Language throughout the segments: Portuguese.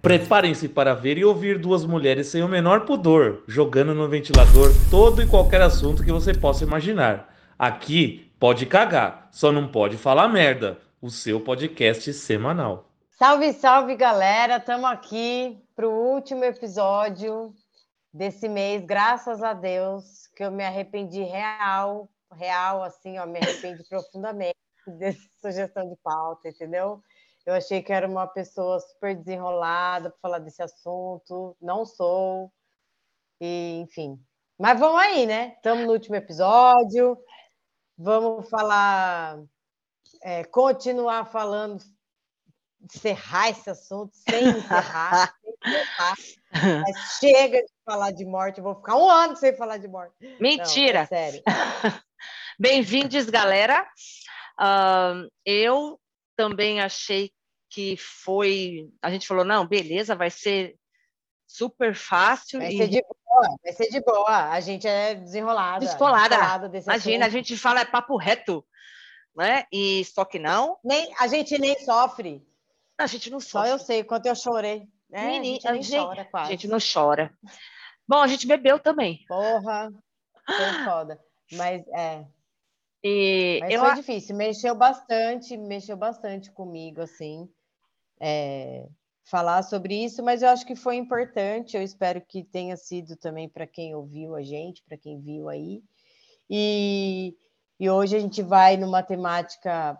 Preparem-se para ver e ouvir duas mulheres sem o menor pudor, jogando no ventilador todo e qualquer assunto que você possa imaginar. Aqui pode cagar, só não pode falar merda. O seu podcast semanal. Salve, salve, galera! Estamos aqui para o último episódio desse mês, graças a Deus, que eu me arrependi real, assim, ó, me arrependi profundamente dessa sugestão de pauta, entendeu? Eu achei que era uma pessoa super desenrolada para falar desse assunto, não sou, e enfim. Mas vamos aí, né? Estamos no último episódio, vamos falar, continuar falando, encerrar esse assunto, sem encerrar, mas chega de falar de morte, eu vou ficar um ano sem falar de morte. Mentira! Não, é sério. Bem-vindos, galera. Eu também achei que foi... A gente falou, não, beleza, vai ser super fácil. Vai ser de boa. A gente é descolada desse Imagina, assunto. a gente fala papo reto, né? E só que não. A gente nem sofre. A gente não Só sofre. eu sei quanto eu chorei. A gente nem chora quase. A gente não chora. Bom, a gente bebeu também. Porra, foi foda. Mas Mas foi difícil, mexeu bastante comigo, assim, falar sobre isso, mas eu acho que foi importante, eu espero que tenha sido também para quem ouviu a gente, para quem viu aí. E hoje a gente vai numa temática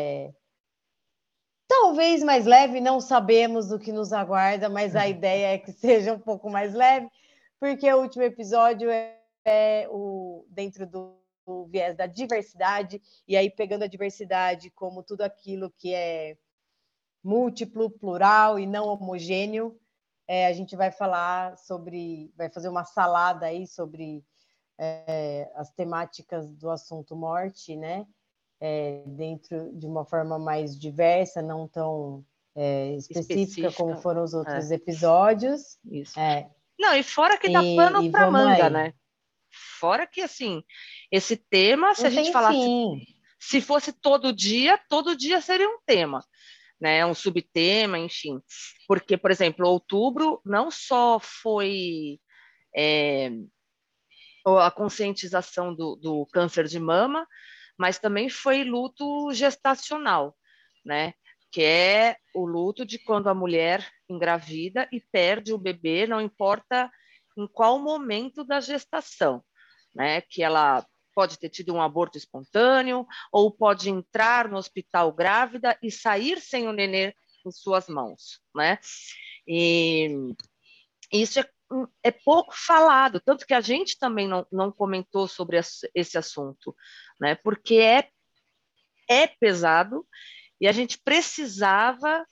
talvez mais leve, não sabemos o que nos aguarda, mas a ideia é que seja um pouco mais leve, porque o último episódio é dentro do viés da diversidade, e aí pegando a diversidade como tudo aquilo que é múltiplo, plural e não homogêneo, a gente vai fazer uma salada aí sobre as temáticas do assunto morte, né? Dentro de uma forma mais diversa, não tão específica como foram os outros episódios. Isso. Não, e fora que dá pano para manga, né? Fora que, assim, esse tema, se a gente falasse... Se fosse todo dia seria um tema, né? Um subtema, enfim. Porque, por exemplo, outubro não só foi a conscientização do câncer de mama, mas também foi luto gestacional, né? Que é o luto de quando a mulher engravida e perde o bebê, não importa em qual momento da gestação, né? Que ela pode ter tido um aborto espontâneo ou pode entrar no hospital grávida e sair sem o nenê em suas mãos, né? E isso é pouco falado, tanto que a gente também não comentou sobre esse assunto, né? Porque é pesado e a gente precisava,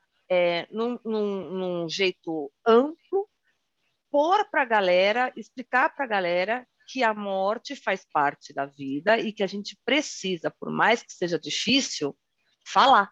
num jeito amplo, pôr para a galera, explicar para a galera que a morte faz parte da vida e que a gente precisa, por mais que seja difícil, falar.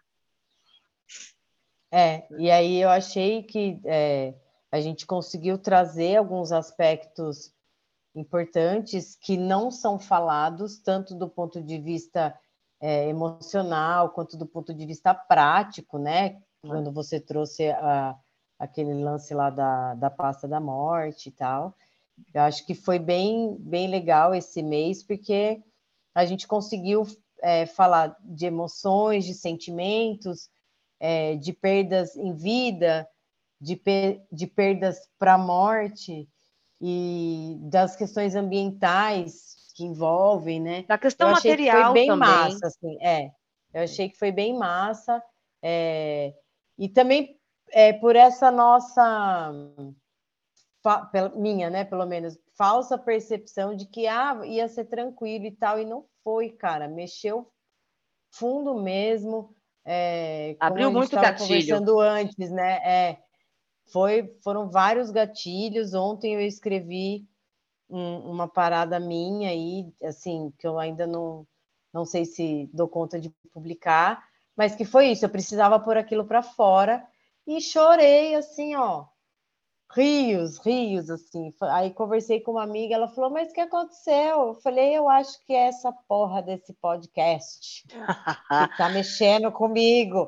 E aí eu achei que a gente conseguiu trazer alguns aspectos importantes que não são falados, tanto do ponto de vista emocional, quanto do ponto de vista prático, né? Quando você trouxe aquele lance lá da pasta da morte e tal. Eu acho que foi bem, bem legal esse mês, porque a gente conseguiu falar de emoções, de sentimentos, de perdas em vida, de perdas para a morte, e das questões ambientais que envolvem, né? Da questão material também. Eu achei que foi bem massa, assim, eu achei que foi bem massa, e também por essa nossa, minha, né, pelo menos, falsa percepção de que ia ser tranquilo e tal, e não foi, cara, mexeu fundo mesmo, Abriu como a gente muito estava gatilho. conversando antes, né? Foram vários gatilhos. Ontem eu escrevi uma parada minha aí, assim, que eu ainda não sei se dou conta de publicar, mas que foi isso, eu precisava pôr aquilo para fora e chorei, assim, ó, rios, assim. Aí conversei com uma amiga, ela falou, mas o que aconteceu? Eu falei, eu acho que é essa porra desse podcast que tá mexendo comigo.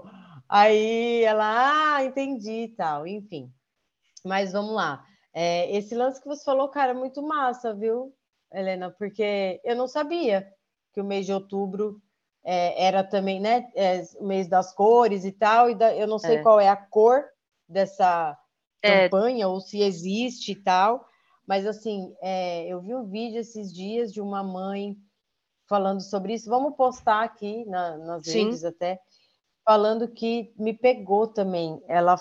Aí ela, entendi e tal, enfim. Mas vamos lá. Esse lance que você falou, cara, é muito massa, viu, Helena? Porque eu não sabia que o mês de outubro era também, né? O mês das cores e tal, eu não sei qual é a cor dessa campanha, ou se existe e tal, mas assim, eu vi um vídeo esses dias de uma mãe falando sobre isso. Vamos postar aqui nas Sim. redes até, falando que me pegou também. Ela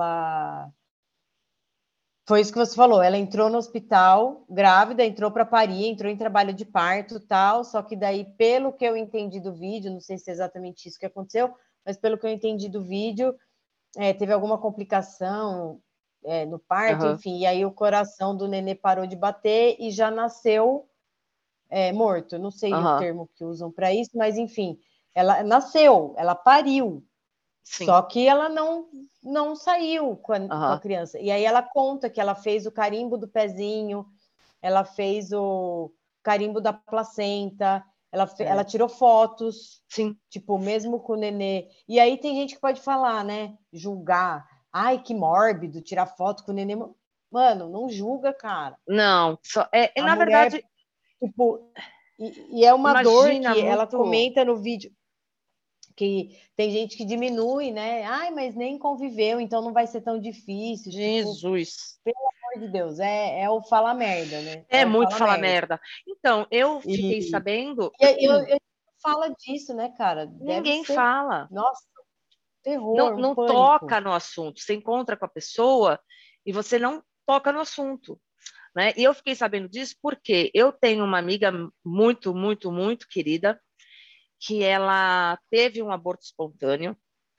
foi isso que você falou. Ela entrou no hospital grávida, entrou para parir, entrou em trabalho de parto, tal. Só que daí, pelo que eu entendi do vídeo, não sei se é exatamente isso que aconteceu, mas pelo que eu entendi do vídeo, teve alguma complicação no parto, enfim. E aí o coração do nenê parou de bater e já nasceu morto. Não sei o termo que usam para isso, mas enfim, ela nasceu, ela pariu. Sim. Só que ela não saiu com a criança. E aí ela conta que ela fez o carimbo do pezinho, ela fez o carimbo da placenta, ela tirou fotos, sim, tipo, mesmo com o nenê. E aí tem gente que pode falar, né? Julgar. Ai, que mórbido, tirar foto com o nenê. Mano, não julga, cara. Não, na mulher, verdade... Tipo, e é uma dor que ela muito... comenta no vídeo, que tem gente que diminui, né? Ai, mas nem conviveu, então não vai ser tão difícil. Jesus. Tipo, pelo amor de Deus, é o falar merda, né? É muito falar merda. Então, eu fiquei E sabendo... eu fala disso, né, cara? Deve Ninguém ser, fala. nossa, terror, Não pânico. toca no assunto. Você encontra com a pessoa e você não toca no assunto. Né? E eu fiquei sabendo disso porque eu tenho uma amiga muito, muito, muito querida que ela teve um aborto espontâneo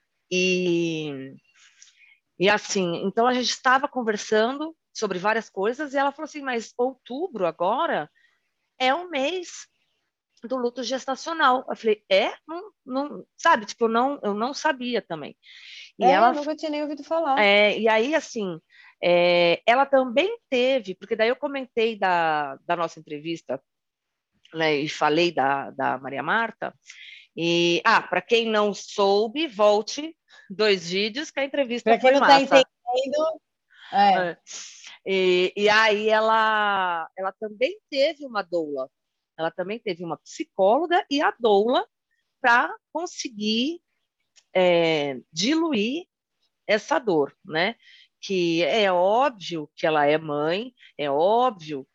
e assim, então a gente estava conversando sobre várias coisas e ela falou assim, mas outubro agora é um mês do luto gestacional. Eu falei, não, sabe, tipo, eu não sabia também. E Nunca tinha nem ouvido falar. E aí, assim, ela também teve, porque daí eu comentei da nossa entrevista, né, e falei da Maria Marta, para quem não soube, volte 2 vídeos, que a entrevista Para quem foi não está massa. entendendo, E aí ela também teve uma doula, ela também teve uma psicóloga e a doula para conseguir diluir essa dor, né? Que é óbvio que ela é mãe, é óbvio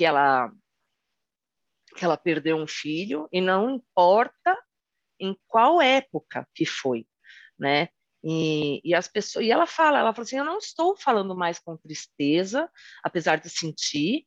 que ela perdeu um filho, e não importa em qual época que foi, né? E as pessoas, e ela fala assim, eu não estou falando mais com tristeza, apesar de sentir,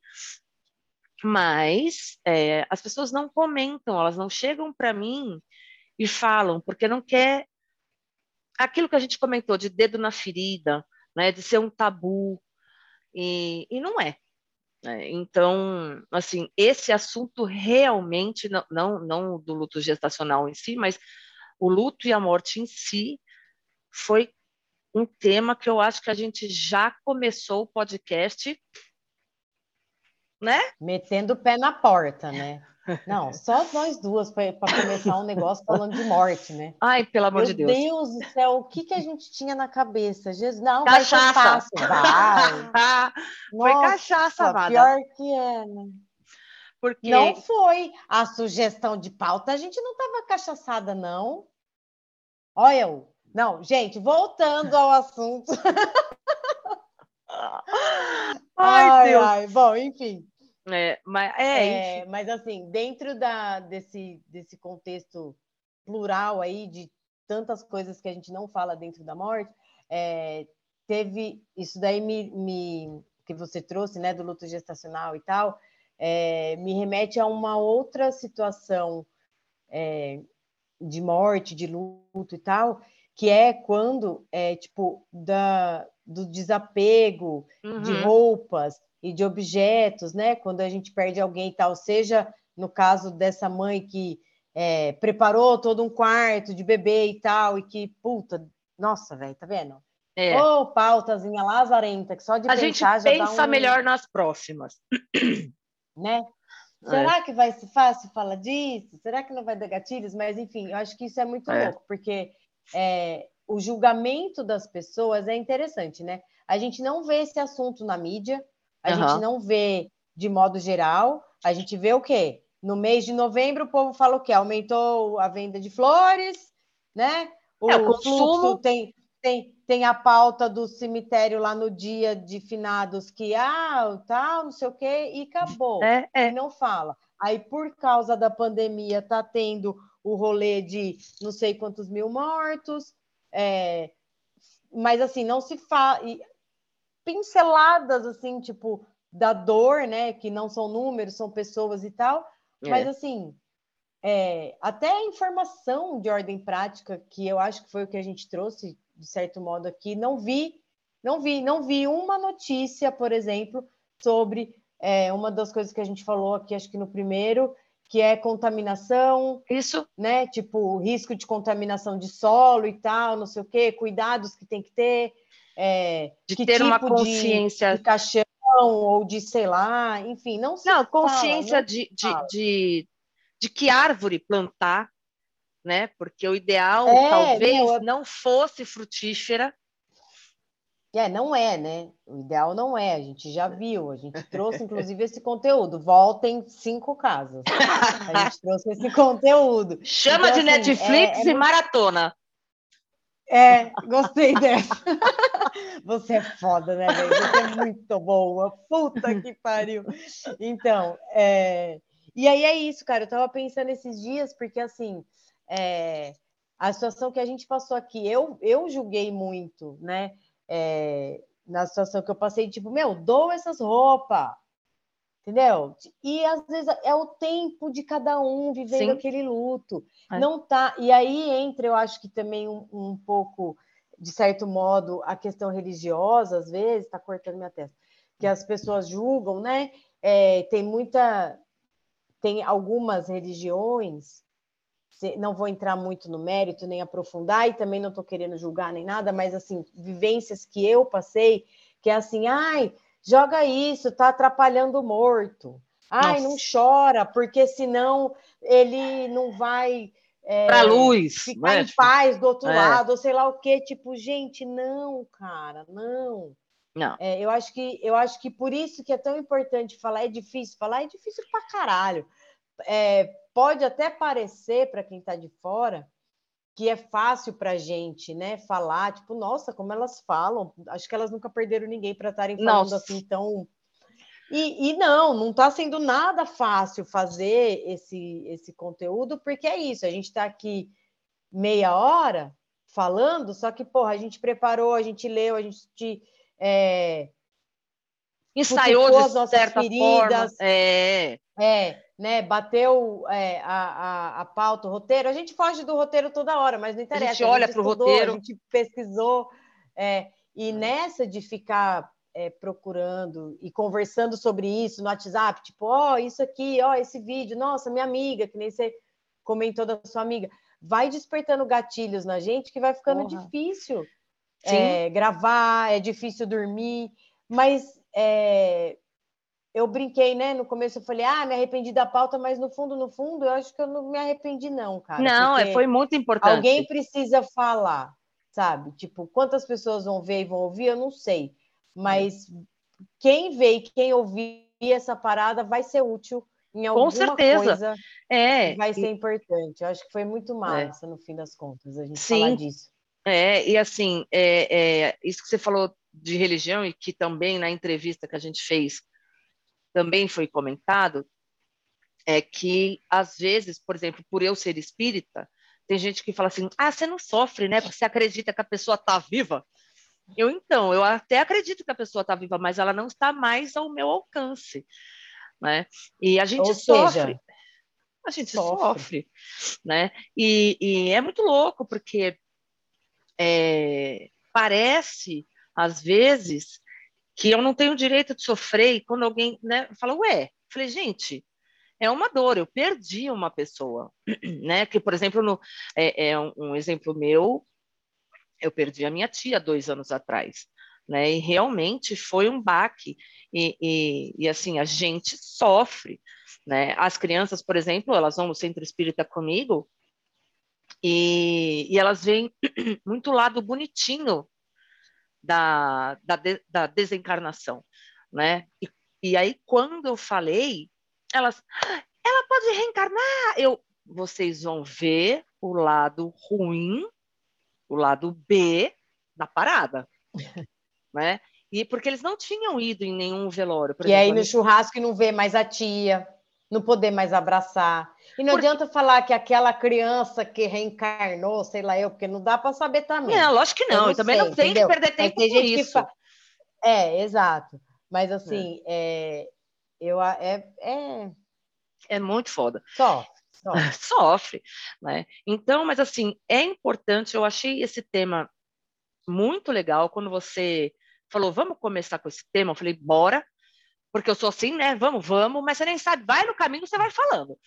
mas as pessoas não comentam, elas não chegam para mim e falam, porque não quer aquilo que a gente comentou de dedo na ferida, né? De ser um tabu, e não é. Né? Então, assim, esse assunto realmente, não do luto gestacional em si, mas o luto e a morte em si, foi um tema que eu acho que a gente já começou o podcast, né? metendo o pé na porta, né? Não, só nós duas para começar um negócio falando de morte, né? Ai, pelo amor Meu de Deus. Deus do céu, o que a gente tinha na cabeça? Jesus, não, vai ser Cachaça! fácil, vai. Foi cachaça, Nossa, amada. pior que é, né? Não Porque, foi a sugestão de pauta, a gente não estava cachaçada, não. Olha eu. Não, gente, voltando ao assunto. ai, Deus. Bom, enfim. Enfim. Mas assim, dentro desse contexto plural aí de tantas coisas que a gente não fala dentro da morte, teve isso daí que você trouxe, né, do luto gestacional e tal, me remete a uma outra situação de morte, de luto e tal, que é quando tipo do desapego de roupas e de objetos, né? Quando a gente perde alguém e tal, seja no caso dessa mãe que preparou todo um quarto de bebê e tal, e que, puta, nossa, velho, tá vendo? Ô, pautazinha lazarenta, que só de A gente pensar já dá pensa melhor nas próximas. né? Será que vai ser fácil falar disso? Será que não vai dar gatilhos? Mas, enfim, eu acho que isso é muito louco, porque o julgamento das pessoas é interessante, né? A gente não vê esse assunto na mídia, a gente não vê de modo geral, a gente vê o quê? No mês de novembro, o povo fala o quê? Aumentou a venda de flores, né? O fluxo consumo... tem a pauta do cemitério lá no dia de finados que, tal, não sei o quê, e acabou. E não fala. Aí, por causa da pandemia, está tendo o rolê de não sei quantos mil mortos, mas, assim, não se fala... Pinceladas, assim, tipo, da dor, né? Que não são números, são pessoas e tal. Mas, assim... até a informação de ordem prática, que eu acho que foi o que a gente trouxe, de certo modo, aqui, não vi uma notícia, por exemplo, sobre uma das coisas que a gente falou aqui, acho que no primeiro, que é contaminação. Isso. Né? Tipo, risco de contaminação de solo e tal, não sei o quê, cuidados que tem que ter. De que ter tipo uma consciência... de caixão, ou de, sei lá, enfim, não se fala. Consciência de que árvore plantar, né? Porque o ideal talvez não fosse frutífera. Não é, né? O ideal não é, a gente já viu, a gente trouxe, inclusive, esse conteúdo. Voltem 5 casas. A gente trouxe esse conteúdo. Chama então, de assim, Netflix e maratona. Gostei dessa. Você é foda, né, velho? Você é muito boa. Puta que pariu. Então, e aí é isso, cara. Eu tava pensando esses dias, porque, assim, a situação que a gente passou aqui, eu julguei muito, né? Na situação que eu passei, tipo, dou essas roupas, entendeu? E às vezes é o tempo de cada um vivendo aquele luto. Não tá. E aí entra, eu acho que também um pouco, de certo modo, a questão religiosa, às vezes, tá cortando minha testa, que as pessoas julgam, né? Tem algumas religiões, não vou entrar muito no mérito, nem aprofundar, e também não estou querendo julgar nem nada, mas, assim, vivências que eu passei, que é assim, joga isso, tá atrapalhando o morto. Não chora, porque senão ele não vai para a luz, ficar em paz do outro lado, ou sei lá o quê. Tipo, gente, não, cara, não. Eu acho que por isso que é tão importante falar, é difícil pra caralho. Pode até parecer, para quem está de fora, que é fácil para a gente, né, falar, tipo, nossa, como elas falam, acho que elas nunca perderam ninguém para estarem falando assim tão... E não está sendo nada fácil fazer esse conteúdo, porque é isso, a gente está aqui meia hora falando, só que, porra, a gente preparou, a gente leu, a gente... ensaiou de as nossas certa feridas, forma. Né, bateu a pauta, o roteiro. A gente foge do roteiro toda hora, mas não interessa. A gente olha para o roteiro. A gente pesquisou. E nessa de ficar procurando e conversando sobre isso no WhatsApp, tipo, isso aqui, esse vídeo, nossa, minha amiga, que nem você comentou da sua amiga, vai despertando gatilhos na gente que vai ficando difícil gravar, é difícil dormir, mas... eu brinquei, né? No começo eu falei, me arrependi da pauta, mas no fundo, eu acho que eu não me arrependi, não, cara. Não, foi muito importante. Alguém precisa falar, sabe? Tipo, quantas pessoas vão ver e vão ouvir, eu não sei. Mas quem vê e quem ouvir essa parada vai ser útil em alguma coisa que vai ser importante. Eu acho que foi muito massa, no fim das contas, a gente falar disso. E assim, isso que você falou de religião e que também na entrevista que a gente fez também foi comentado, é que, às vezes, por exemplo, por eu ser espírita, tem gente que fala assim, você não sofre, né? Porque você acredita que a pessoa está viva. Eu até acredito que a pessoa está viva, mas ela não está mais ao meu alcance, né? E a gente sofre. A gente sofre, né? E é muito louco, porque parece, às vezes, que eu não tenho direito de sofrer, e quando alguém, né, fala, falei, gente, é uma dor, eu perdi uma pessoa, né, que, por exemplo, um exemplo meu, eu perdi a minha tia 2 anos atrás, né, e realmente foi um baque, e assim, a gente sofre, né, as crianças, por exemplo, elas vão no centro espírita comigo, E elas veem muito lado bonitinho da desencarnação, né? E aí, quando eu falei, ela pode reencarnar. Vocês vão ver o lado ruim, o lado B da parada, né? E porque eles não tinham ido em nenhum velório, por E exemplo. aí no churrasco não vê mais a tia, não poder mais abraçar. E não adianta falar que aquela criança que reencarnou, sei lá eu, porque não dá para saber também. Não, lógico que não. Eu E também sei, não tem que entendeu? perder Mas tempo tem com gente isso. exato. Mas assim, É muito foda. Só. Sofre, né? Então, mas assim, é importante, eu achei esse tema muito legal quando você falou, vamos começar com esse tema, eu falei, bora, porque eu sou assim, né? Vamos, mas você nem sabe, vai no caminho, você vai falando.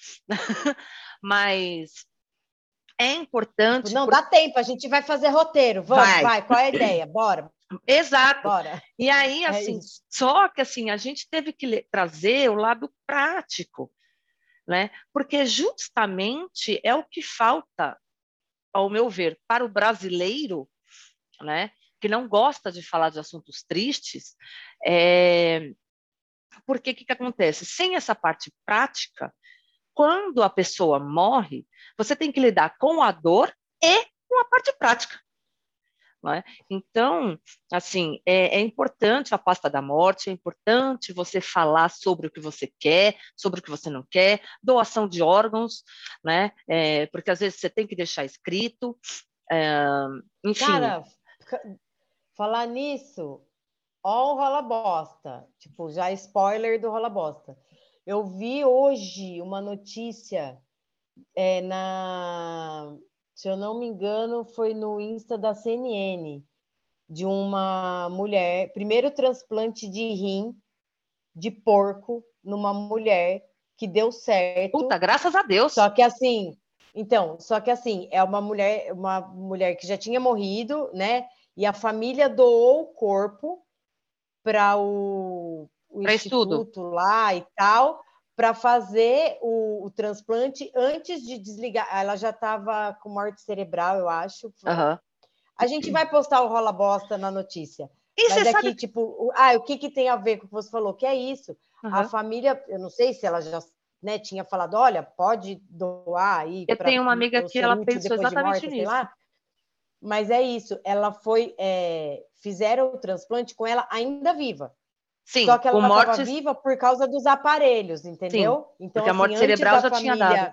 Mas é importante. Não dá tempo, a gente vai fazer roteiro. Vamos, vai, qual é a ideia? Bora. Exato. Bora. E aí, assim, só que assim, a gente teve que trazer o lado prático, né? Porque justamente é o que falta, ao meu ver, para o brasileiro, né? Que não gosta de falar de assuntos tristes, porque o que acontece? Sem essa parte prática, quando a pessoa morre, você tem que lidar com a dor e com a parte prática. Não é? Então, assim, é importante a pasta da morte, é importante você falar sobre o que você quer, sobre o que você não quer, doação de órgãos, né? Porque às vezes você tem que deixar escrito, enfim. Cara, falar nisso, ó o Rola Bosta, tipo, já spoiler do Rola Bosta. Eu vi hoje uma notícia se eu não me engano, foi no Insta da CNN, de uma mulher, primeiro transplante de rim de porco numa mulher que deu certo. Puta, graças a Deus. Só que assim, é uma mulher que já tinha morrido, né? E a família doou o corpo para o instituto lá e tal, para fazer o transplante antes de desligar. Ela já estava com morte cerebral, eu acho. Uhum. A gente vai postar o Rola Bosta na notícia. E mas aqui, sabe... tipo, o que tem a ver com o que você falou? Que é isso. Uhum. A família, eu não sei se ela já tinha falado, olha, pode doar aí. Eu tenho uma amiga que ela pensou exatamente nisso. Sei lá. Mas é isso, ela foi... fizeram o transplante com ela ainda viva. Sim, só que ela estava viva por causa dos aparelhos, entendeu? Sim, então, porque a morte cerebral já tinha dado.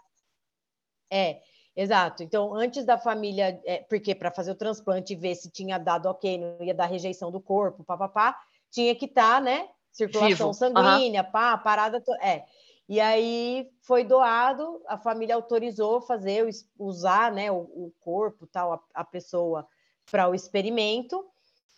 Exato. Então, antes da família... porque para fazer o transplante e ver se tinha dado ok, não ia dar rejeição do corpo, papapá, tinha que estar, né? Circulação sanguínea, pá, parada... E aí foi doado, a família autorizou usar, né, o corpo, tal, a pessoa para o experimento,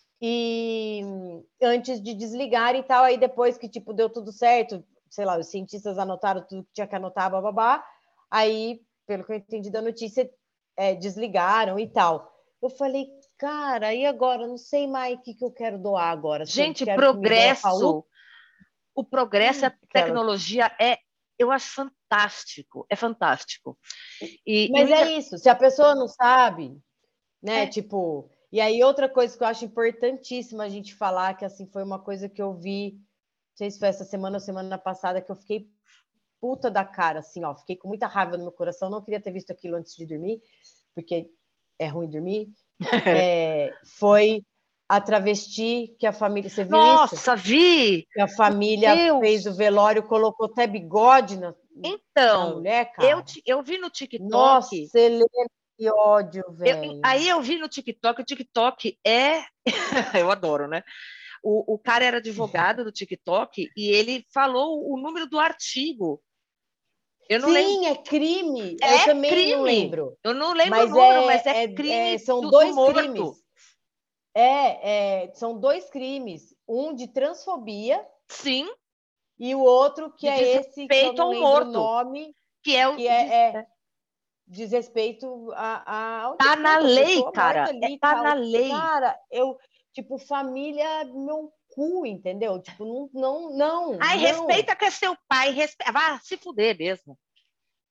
e antes de desligar e tal, aí depois que tipo deu tudo certo, sei lá, os cientistas anotaram tudo que tinha que anotar, bababá, aí, pelo que eu entendi da notícia, desligaram e tal. Eu falei, cara, e agora? Não sei mais o que eu quero doar agora. Gente, progresso... O progresso e a tecnologia eu acho fantástico, é fantástico. Mas é isso, se a pessoa não sabe, né, tipo... E aí outra coisa que eu acho importantíssima a gente falar, que assim foi uma coisa que eu vi, não sei se foi essa semana ou semana passada, que eu fiquei puta da cara, assim, ó, fiquei com muita raiva no meu coração, não queria ter visto aquilo antes de dormir, porque é ruim dormir, foi... a travesti que a família... Você viu isso? Nossa, vi! Que a família fez o velório, colocou até bigode na mulher, cara. Eu vi no TikTok... Nossa, Helena, que ódio, velho. Aí eu vi no TikTok, o TikTok eu adoro, né? O cara era advogado do TikTok e ele falou o número do artigo. Eu não lembro. É crime. Eu também crime. Não lembro. Eu não lembro o número, mas é crime são do 2 morto. crimes. São 2 crimes. Um de transfobia. Sim. E o outro que de esse que eu não lembro morto, o nome. Que é o desrespeito a tá na lei, cara. Tá na lei. Cara, tipo, família, meu cu, entendeu? Tipo, não. Ai, respeita que é seu pai, vá se fuder mesmo.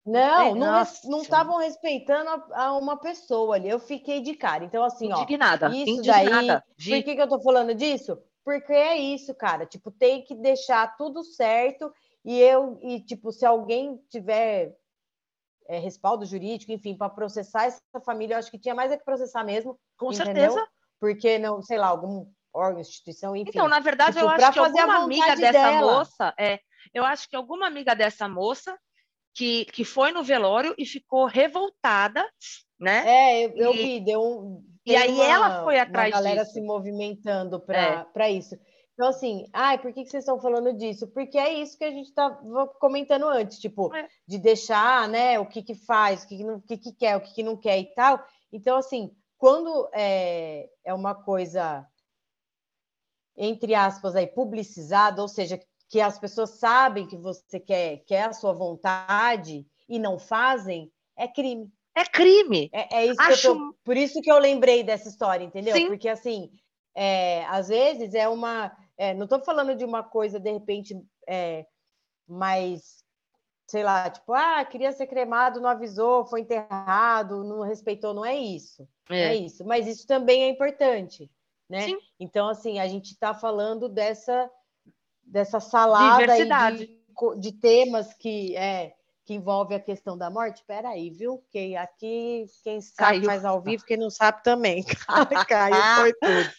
Não, não Nossa, estavam respeitando a uma pessoa ali. Eu fiquei de cara. Então, assim, ó, indignada, isso daí. indignada. Por que eu tô falando disso? Porque é isso, cara. Tipo, tem que deixar tudo certo. E tipo, se alguém tiver respaldo jurídico, enfim, para processar essa família, eu acho que tinha mais é que processar mesmo, Com entendeu? certeza. Porque não, sei lá, algum órgão, instituição, enfim. Então, na verdade, eu Tipo, acho para que fazer a alguma amiga vontade dessa dela. moça, eu acho que alguma amiga dessa moça que foi no velório e ficou revoltada, né? Eu E, vi, e tem aí ela foi uma atrás galera se disso. movimentando É, para isso. Então, assim, por que vocês estão falando disso? Porque é isso que a gente estava comentando antes, tipo, é, de deixar, né, o que faz, o que quer, o que não quer e tal. Então, assim, quando é uma coisa, entre aspas, aí, publicizada, ou seja, que as pessoas sabem que você quer a sua vontade e não fazem, é crime. é crime. É isso que eu Acho, tô. Por isso que eu lembrei dessa história, entendeu? sim, Porque assim, às vezes é uma. Não estou falando de uma coisa, de repente, mais, sei lá, tipo, queria ser cremado, não avisou, foi enterrado, não respeitou, não é isso. Não é é, isso. Mas isso também é importante, né? sim, Então, assim, a gente está falando dessa salada aí diversidade. de temas que envolve a questão da morte. Espera aí, viu? Que aqui quem sabe Caiu. faz ao vivo, quem não sabe também. Caiu, foi tudo.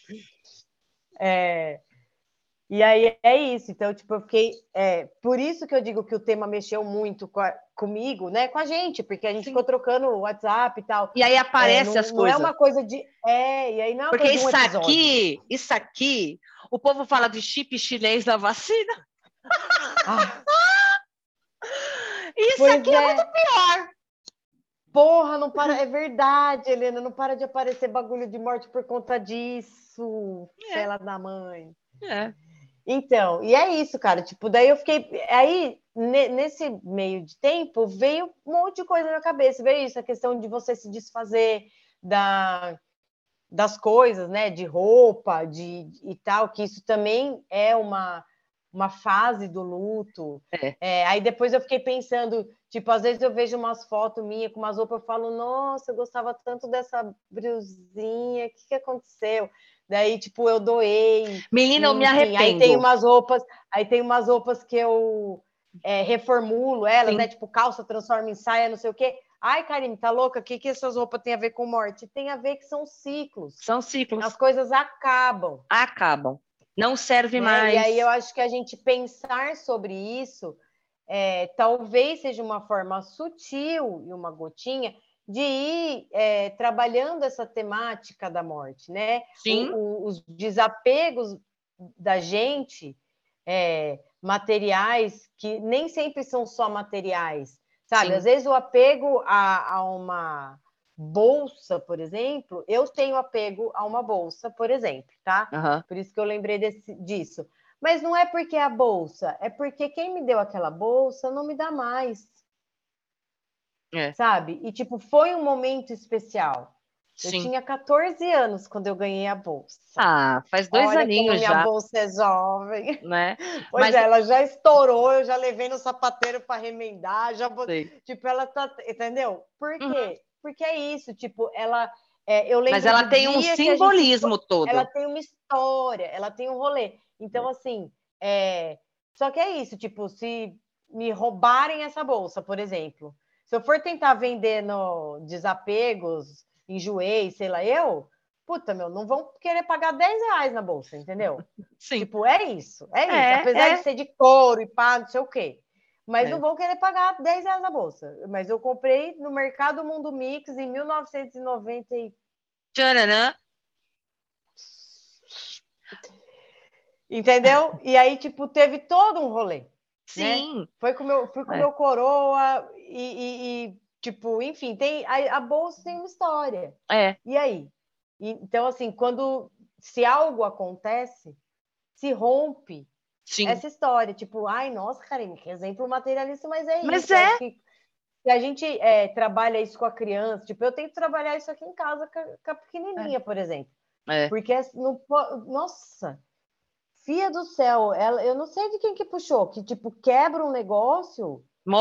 E aí é isso. Então, tipo, eu fiquei. Por isso que eu digo que o tema mexeu muito comigo, né? Com a gente, porque a gente Sim. ficou trocando o WhatsApp e tal. E aí aparece as Não é coisas. uma coisa de. E aí não é uma Porque coisa de um episódio. isso aqui, o povo fala de chip chinês da vacina. Ah, Isso pois aqui é muito pior. Porra, não para. É verdade, Helena, não para de aparecer bagulho de morte por conta disso. É, Fela da mãe. é. Então, e é isso, cara. Tipo, daí eu fiquei. Aí, nesse meio de tempo, veio um monte de coisa na minha cabeça. Veio isso, a questão de você se desfazer das coisas, né? De roupa, e tal, que isso também é uma fase do luto. Aí depois eu fiquei pensando, tipo, às vezes eu vejo umas fotos minhas com umas roupas, eu falo, nossa, eu gostava tanto dessa brusinha, o que aconteceu? Daí, tipo, eu doei, Menina, eu me enfim, arrependo. aí tem umas roupas que eu reformulo elas, Sim, né? Tipo, calça transforma em saia, não sei o quê. Ai, Karine, tá louca? O que essas roupas têm a ver com morte? Tem a ver que são ciclos. são ciclos. As coisas acabam, Acabam. Não serve né? E aí eu mais. acho que a gente pensar sobre isso talvez seja uma forma sutil e uma gotinha de ir trabalhando essa temática da morte, né? Sim, Os desapegos da gente materiais, que nem sempre são só materiais, sabe? Às sim. vezes o apego a uma bolsa, por exemplo, eu tenho apego a uma bolsa, por exemplo, tá? Uhum. Por isso que eu lembrei disso. Mas não é porque é a bolsa, é porque quem me deu aquela bolsa não me dá mais, É, sabe? E, tipo, foi um momento especial. Eu sim. tinha 14 anos quando eu ganhei a bolsa. Ah, faz 2 Olha como aninhos minha já, bolsa é jovem. né? Pois Mas é, ela já estourou, eu já levei no sapateiro para remendar, sei. tipo, ela tá, entendeu? Por Uhum. quê? Porque é isso, tipo, eu Mas lembro ela do tem um dia que a gente foi, simbolismo ela todo. tem uma história, ela tem um rolê. Então, assim, só que é isso, tipo, se me roubarem essa bolsa, por exemplo, se eu for tentar vender no Desapegos, Enjoei, sei lá, puta, meu, não vão querer pagar R$ 10 na bolsa, entendeu? Sim. Tipo, é isso, é isso. Apesar É, de ser de couro e pá, não sei o quê. Mas não é. vão querer pagar R$ 10 na bolsa. Mas eu comprei no Mercado Mundo Mix em 1990. Tcharanã. Entendeu? E aí, tipo, teve todo um rolê, né? Sim. Fui com É, meu coroa tipo, enfim, a bolsa tem uma história. é, E aí? Então, assim, se algo acontece, se rompe sim. essa história. Tipo, ai, nossa, Karine, que exemplo materialista, mas é Mas isso. Eu é, acho que se a gente trabalha isso com a criança, tipo, eu tento trabalhar isso aqui em casa com a é, pequenininha, por exemplo. é. Porque, nossa, fia do céu, eu não sei de quem que puxou, que, tipo, quebra um negócio, Morre.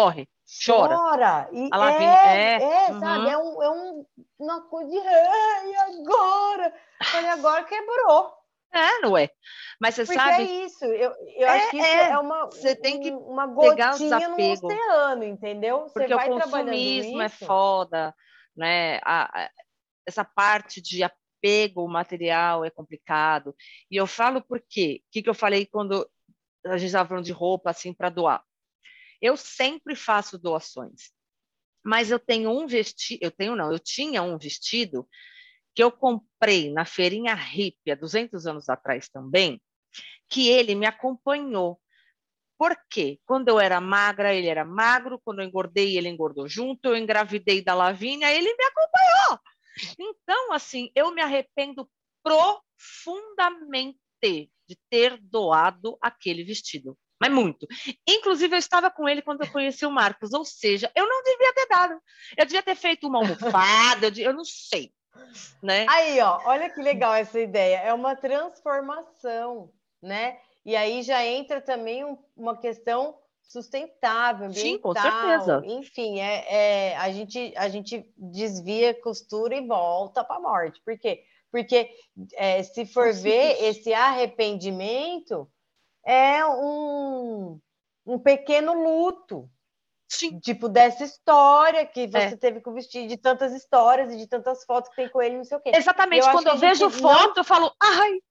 chora. chora. E A Lavínia, sabe? uhum. Uma coisa de, e agora? Falei, agora quebrou. Não é. Mas você Porque é sabe, isso, eu acho que isso é você tem que uma pegar o gotinha no desapego, oceano, entendeu? Você porque o vai trabalhando consumismo é isso. foda, né? Essa parte de apego material é complicado. E eu falo por quê? O que eu falei quando a gente estava falando de roupa assim para doar? Eu sempre faço doações, mas eu tenho um vestido, eu tenho não, eu tinha um vestido que eu comprei na feirinha hippie há 200 anos atrás também, que ele me acompanhou. Por quê? Quando eu era magra, ele era magro, quando eu engordei, ele engordou junto, eu engravidei da Lavínia, ele me acompanhou. Então, assim, eu me arrependo profundamente de ter doado aquele vestido. Mas muito. Inclusive, eu estava com ele quando eu conheci o Marcos, ou seja, eu não devia ter dado. Eu devia ter feito uma almofada, eu não sei, né? Aí, ó, olha que legal essa ideia. É uma transformação, né? E aí já entra também uma questão sustentável, Sim, com ambiental, certeza. enfim, a gente desvia costura e volta para a morte. Por quê? Porque se for ver esse arrependimento, é um pequeno luto, Sim, tipo, dessa história que é. você teve com o vestido, de tantas histórias e de tantas fotos que tem com ele, não sei o quê. E eu Exatamente. acho Quando que a eu gente vejo não. foto, eu falo, ai,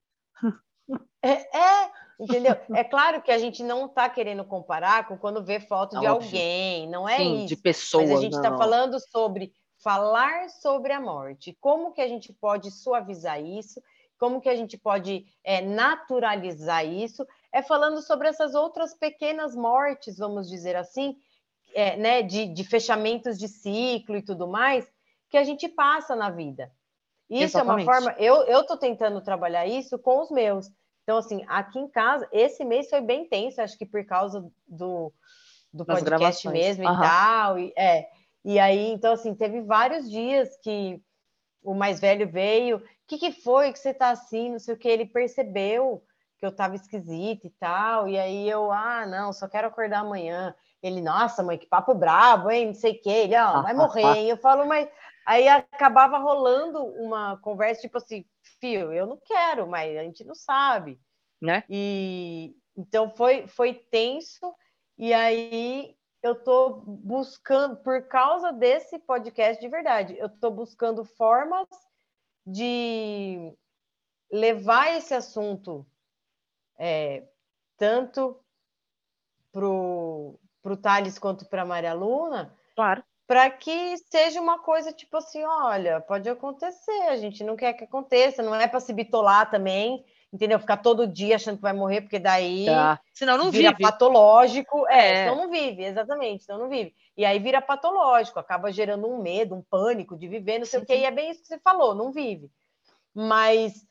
Entendeu? É claro que a gente não está querendo comparar com quando vê foto de óbvio. alguém, não é Sim, de isso. Mas a pessoas, gente não, está não. falando sobre falar sobre a morte. Como que a gente pode suavizar isso? Como que a gente pode naturalizar isso? É falando sobre essas outras pequenas mortes, vamos dizer assim, né, de fechamentos de ciclo e tudo mais, que a gente passa na vida. Isso é uma Exatamente. forma. Eu estou tentando trabalhar isso com os meus. Então, assim, aqui em casa, esse mês foi bem tenso, acho que por causa do Nas podcast gravações. mesmo e Aham. tal. E aí, então, assim, teve vários dias que o mais velho veio. O que foi que você tá assim? Não sei o que. Ele percebeu que eu tava esquisita e tal. E aí eu, não, só quero acordar amanhã. Ele, nossa, mãe, que papo brabo, hein? Não sei o que. Ele, vai morrer, hein? Eu falo, mas. Aí acabava rolando uma conversa, tipo assim, fio, eu não quero, mas a gente não sabe. Né? E então foi tenso. E aí eu estou buscando, por causa desse podcast de verdade, eu estou buscando formas de levar esse assunto tanto pro Thales quanto para a Maria Luna, Claro. para que seja uma coisa tipo assim, olha, pode acontecer, a gente não quer que aconteça, não é para se bitolar também, entendeu? Ficar todo dia achando que vai morrer, porque daí Tá. Senão não vira vive. patológico, senão É. não vive, exatamente, senão não vive. E aí vira patológico, acaba gerando um medo, um pânico de viver, não sei o Sim, quê, e sim. é bem isso que você falou, não vive. Mas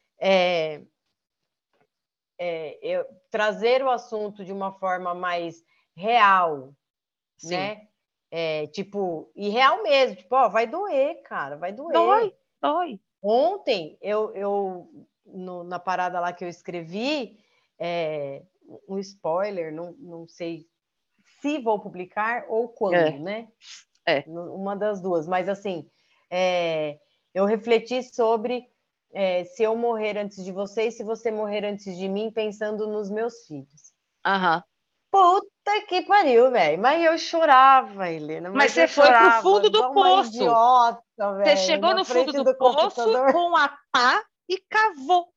trazer o assunto de uma forma mais real, Sim. né? Tipo, e real mesmo, tipo, vai doer, cara, vai Dói, doer. dói. Ontem, na parada lá que eu escrevi, um spoiler, não sei se vou publicar ou quando, É, né? é. Uma das duas, mas assim, eu refleti sobre se eu morrer antes de você e se você morrer antes de mim, pensando nos meus filhos. Aham. Puta que pariu, velho. Mas eu chorava, Helena, Mas mas você eu foi pro chorava fundo do igual uma poço. idiota, Você velho, chegou na no fundo frente do do poço computador. com a pá e cavou.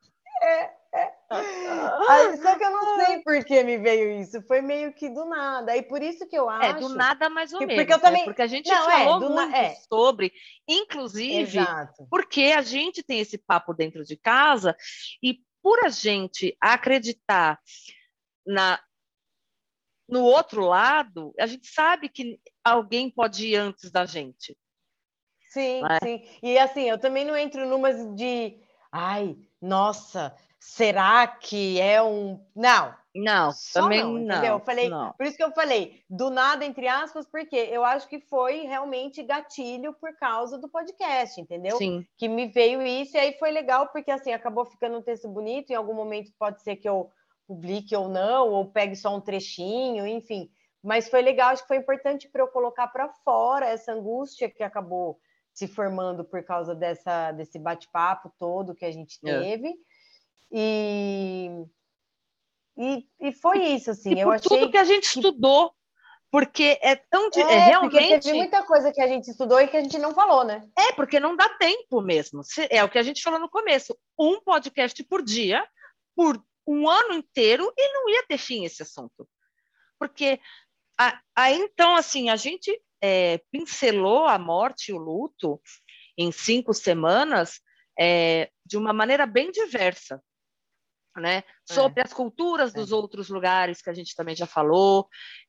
Só que eu não sei por que me veio isso. Foi meio que do nada. E por isso que eu Do acho nada mais ou que. Porque eu menos, né? também. Porque a gente Não, falou do nada. muito sobre, inclusive, Exato. porque a gente tem esse papo dentro de casa e por a gente acreditar na, no outro lado, a gente sabe que alguém pode ir antes da gente. Sim, Né? sim. E assim, eu também não entro numas de. Ai, nossa, será que é um. Não, Não, só não, também entendeu? Eu não, falei, não. por isso que eu falei, do nada, entre aspas, porque eu acho que foi realmente gatilho por causa do podcast, entendeu? Sim, Que me veio isso, e aí foi legal, porque assim, acabou ficando um texto bonito, em algum momento pode ser que eu publique ou não, ou pegue só um trechinho, enfim. Mas foi legal, acho que foi importante para eu colocar para fora essa angústia que acabou se formando por causa desse bate-papo todo que a gente teve. E foi isso, assim. E por tudo que a gente estudou, porque é tão... porque realmente... teve muita coisa que a gente estudou e que a gente não falou, né? Porque não dá tempo mesmo. É o que a gente falou no começo. Um podcast por dia, por um ano inteiro, e não ia ter fim esse assunto. Porque aí, então, assim, a gente pincelou a morte e o luto em 5 semanas de uma maneira bem diversa, né? Sobre as culturas dos outros lugares, que a gente também já falou,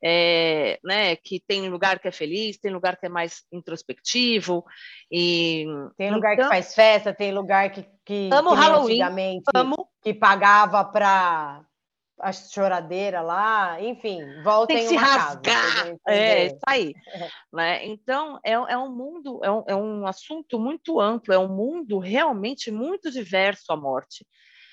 né? Que tem lugar que é feliz, tem lugar que é mais introspectivo. Tem lugar que faz festa, tem lugar que amo que Halloween, antigamente que pagava para a choradeira lá, enfim, voltem tem que se uma casa. rasgar, isso aí. Né? Então, é um mundo, é um assunto muito amplo, é um mundo realmente muito diverso a morte.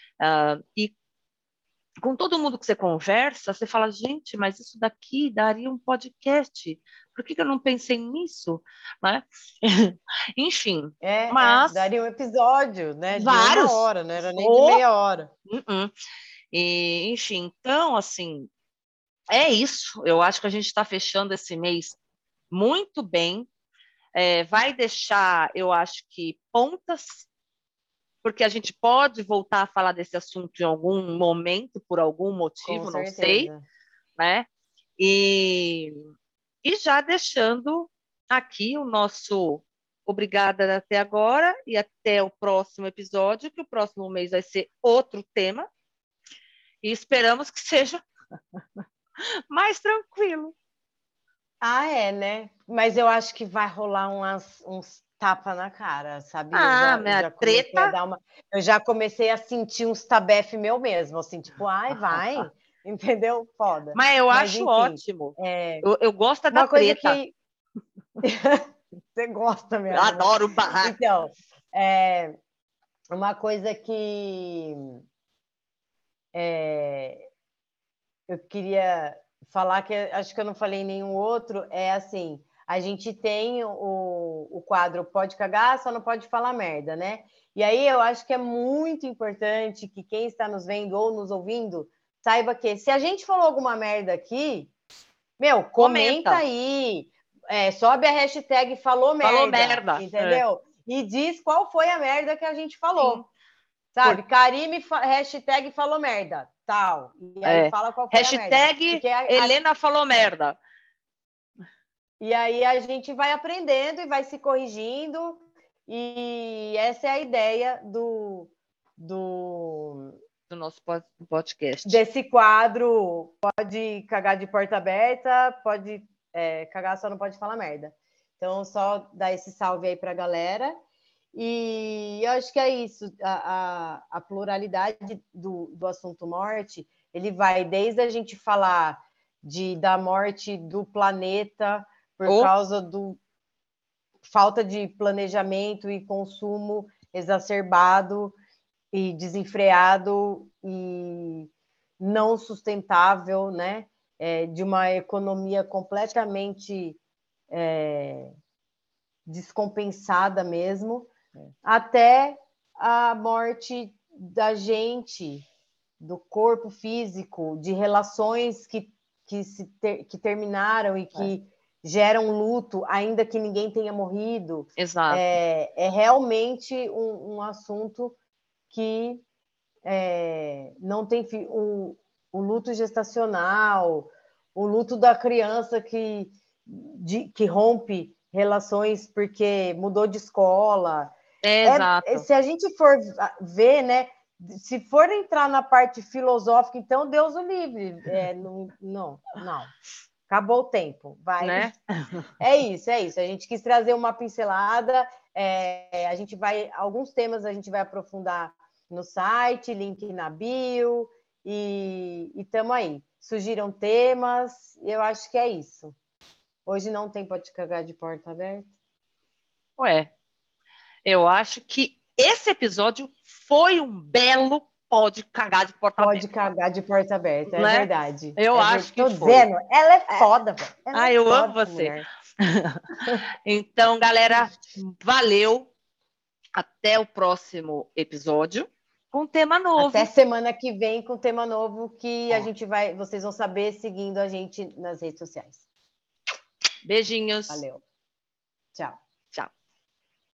E com todo mundo que você conversa, você fala, gente, mas isso daqui daria um podcast. Por que eu não pensei nisso? Né? Enfim, mas... daria um episódio, né? Vários. De 1 hora, não era nem de meia hora. E, enfim, então, assim, é isso. Eu acho que a gente está fechando esse mês muito bem. Vai deixar, eu acho que, pontas, porque a gente pode voltar a falar desse assunto em algum momento, por algum motivo, Com não certeza. sei, né? E já deixando aqui o nosso obrigada até agora e até o próximo episódio, que o próximo mês vai ser outro tema, e esperamos que seja mais tranquilo. Né? Mas eu acho que vai rolar uns tapa na cara, sabe? Eu já comecei a sentir uns tabef meu mesmo, assim, tipo, vai, entendeu? Foda. Mas eu acho enfim, ótimo. Eu gosto da coisa treta. Que você gosta mesmo. Eu adoro o barraco. Então, uma coisa que eu queria falar, que acho que eu não falei em nenhum outro, assim, a gente tem o quadro Pode Cagar, só não pode falar merda, né? E aí eu acho que é muito importante que quem está nos vendo ou nos ouvindo saiba que se a gente falou alguma merda aqui, comenta aí, sobe a hashtag falou merda, entendeu? E diz qual foi a merda que a gente falou. Sim. Sabe? Karime, hashtag falou merda, tal. E aí fala qual foi hashtag a merda. Helena falou merda. E aí a gente vai aprendendo e vai se corrigindo. E essa é a ideia do nosso podcast. Desse quadro, pode cagar de porta aberta, pode cagar, só não pode falar merda. Então, só dar esse salve aí para a galera. E eu acho que é isso, a pluralidade do assunto morte, ele vai desde a gente falar da morte do planeta por causa do falta de planejamento e consumo exacerbado e desenfreado e não sustentável, né? De uma economia completamente descompensada mesmo, até a morte da gente, do corpo físico, de relações que terminaram e que geram luto, ainda que ninguém tenha morrido. Exato. É realmente um assunto que não tem fim. O luto gestacional, o luto da criança que rompe relações porque mudou de escola. Exato. Se a gente for ver, né? Se for entrar na parte filosófica, então Deus o livre. Não. Acabou o tempo. Vai. Né? É isso. A gente quis trazer uma pincelada. A gente alguns temas a gente vai aprofundar no site, link na bio, e estamos aí. Surgiram temas, e eu acho que é isso. Hoje não tem Pode Cagar de porta aberta? Eu acho que esse episódio foi um belo pode cagar de porta Pode aberta. cagar de porta aberta, é Né? verdade. Eu acho que Tô foi. dizendo, ela é foda, velho. Ela é Eu foda, amo essa você. mulher. Então, galera, valeu. Até o próximo episódio com tema novo. Até semana que vem com tema novo que vocês vão saber seguindo a gente nas redes sociais. Beijinhos. Valeu. Tchau.